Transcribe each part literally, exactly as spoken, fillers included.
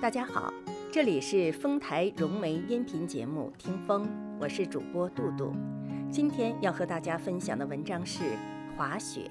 大家好，这里是丰台融媒音频节目《听风》，我是主播杜杜。今天要和大家分享的文章是滑雪。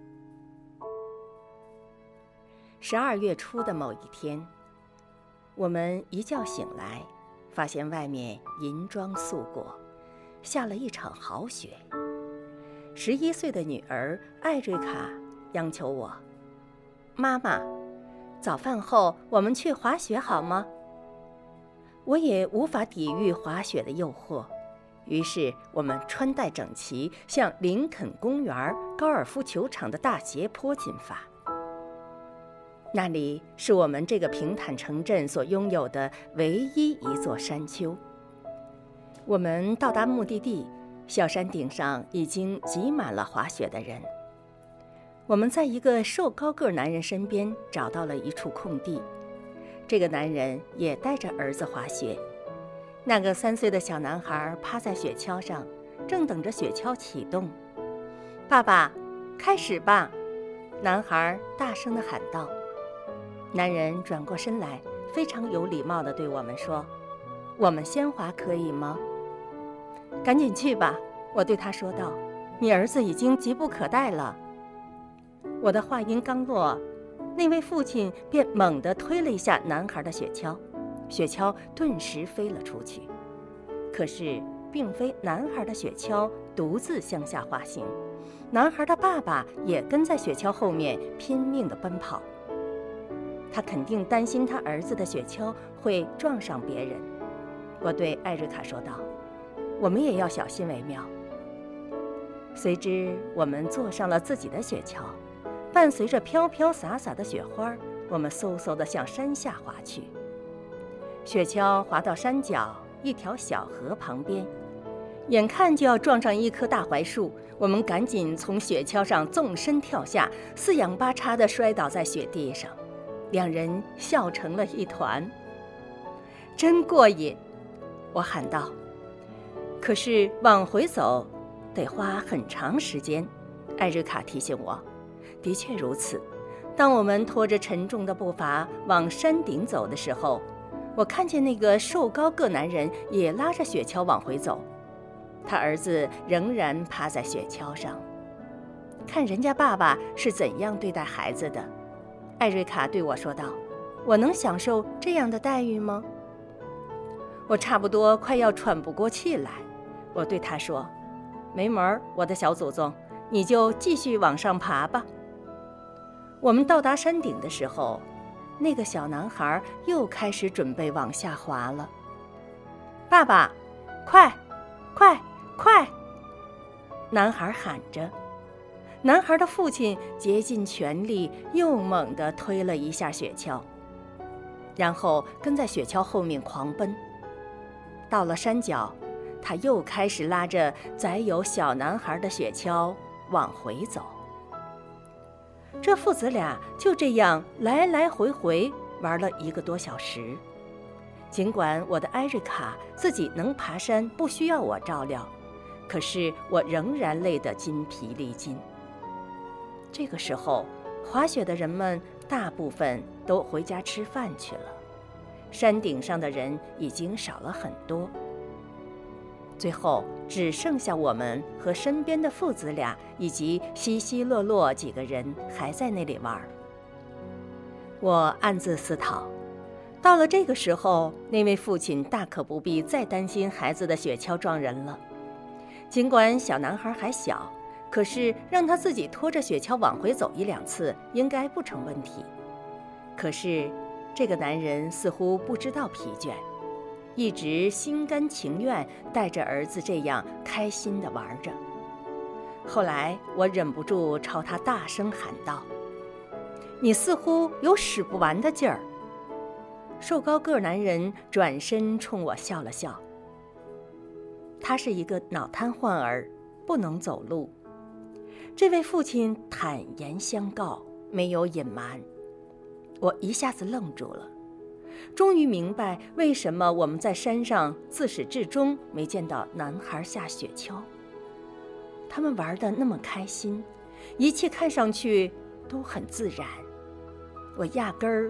十二月初的某一天，我们一觉醒来，发现外面银装素裹，下了一场好雪。十一岁的女儿艾瑞卡央求我：“妈妈，早饭后我们去滑雪好吗？”我也无法抵御滑雪的诱惑，于是我们穿戴整齐，向林肯公园高尔夫球场的大斜坡进发。那里是我们这个平坦城镇所拥有的唯一一座山丘。我们到达目的地，小山顶上已经挤满了滑雪的人。我们在一个瘦高个男人身边找到了一处空地，这个男人也带着儿子滑雪。那个三岁的小男孩趴在雪橇上，正等着雪橇启动。爸爸，开始吧！男孩大声地喊道。男人转过身来，非常有礼貌地对我们说：“我们先滑可以吗？”赶紧去吧，我对他说道，你儿子已经急不可待了。我的话音刚落，那位父亲便猛地推了一下男孩的雪橇，雪橇顿时飞了出去。可是并非男孩的雪橇独自向下滑行，男孩的爸爸也跟在雪橇后面拼命地奔跑。他肯定担心他儿子的雪橇会撞上别人。我对艾瑞卡说道，我们也要小心为妙。随之我们坐上了自己的雪橇，伴随着飘飘洒洒的雪花，我们嗖嗖地向山下滑去。雪橇滑到山脚一条小河旁边，眼看就要撞上一棵大槐树，我们赶紧从雪橇上纵身跳下，四仰八叉地摔倒在雪地上，两人笑成了一团。真过瘾，我喊道。可是往回走得花很长时间，艾瑞卡提醒我。的确如此，当我们拖着沉重的步伐往山顶走的时候，我看见那个瘦高个男人也拉着雪橇往回走，他儿子仍然趴在雪橇上。看人家爸爸是怎样对待孩子的，艾瑞卡对我说道，我能享受这样的待遇吗？我差不多快要喘不过气来，我对他说，没门儿，我的小祖宗，你就继续往上爬吧。我们到达山顶的时候，那个小男孩又开始准备往下滑了。爸爸，快快快！男孩喊着。男孩的父亲竭尽全力，又猛地推了一下雪橇，然后跟在雪橇后面狂奔。到了山脚，他又开始拉着载有小男孩的雪橇往回走。这父子俩就这样来来回回玩了一个多小时。尽管我的艾瑞卡自己能爬山，不需要我照料，可是我仍然累得筋疲力尽。这个时候，滑雪的人们大部分都回家吃饭去了，山顶上的人已经少了很多。最后只剩下我们和身边的父子俩以及稀稀落落几个人还在那里玩。我暗自思讨，到了这个时候，那位父亲大可不必再担心孩子的雪橇撞人了。尽管小男孩还小，可是让他自己拖着雪橇往回走一两次应该不成问题。可是这个男人似乎不知道疲倦，一直心甘情愿带着儿子这样开心地玩着。后来我忍不住朝他大声喊道，你似乎有使不完的劲儿。瘦高个男人转身冲我笑了笑。他是一个脑瘫患儿，不能走路。这位父亲坦言相告，没有隐瞒。我一下子愣住了，终于明白为什么我们在山上自始至终没见到男孩下雪橇。他们玩得那么开心，一切看上去都很自然，我压根儿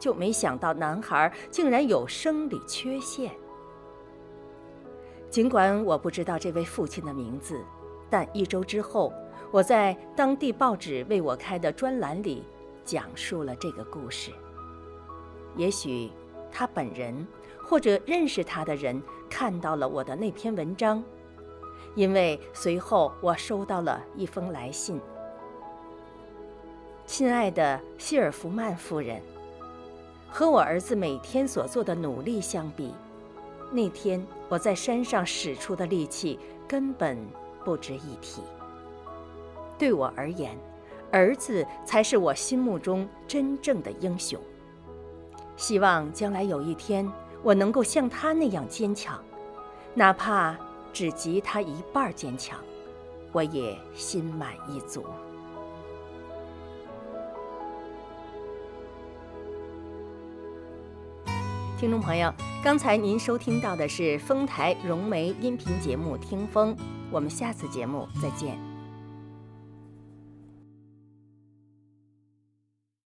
就没想到男孩竟然有生理缺陷。尽管我不知道这位父亲的名字，但一周之后，我在当地报纸为我开的专栏里讲述了这个故事。也许他本人或者认识他的人看到了我的那篇文章，因为随后我收到了一封来信。亲爱的希尔弗曼夫人，和我儿子每天所做的努力相比，那天我在山上使出的力气根本不值一提。对我而言，儿子才是我心目中真正的英雄。希望将来有一天，我能够像他那样坚强，哪怕只及他一半坚强，我也心满意足。听众朋友，刚才您收听到的是丰台融媒音频节目《听风》，我们下次节目再见。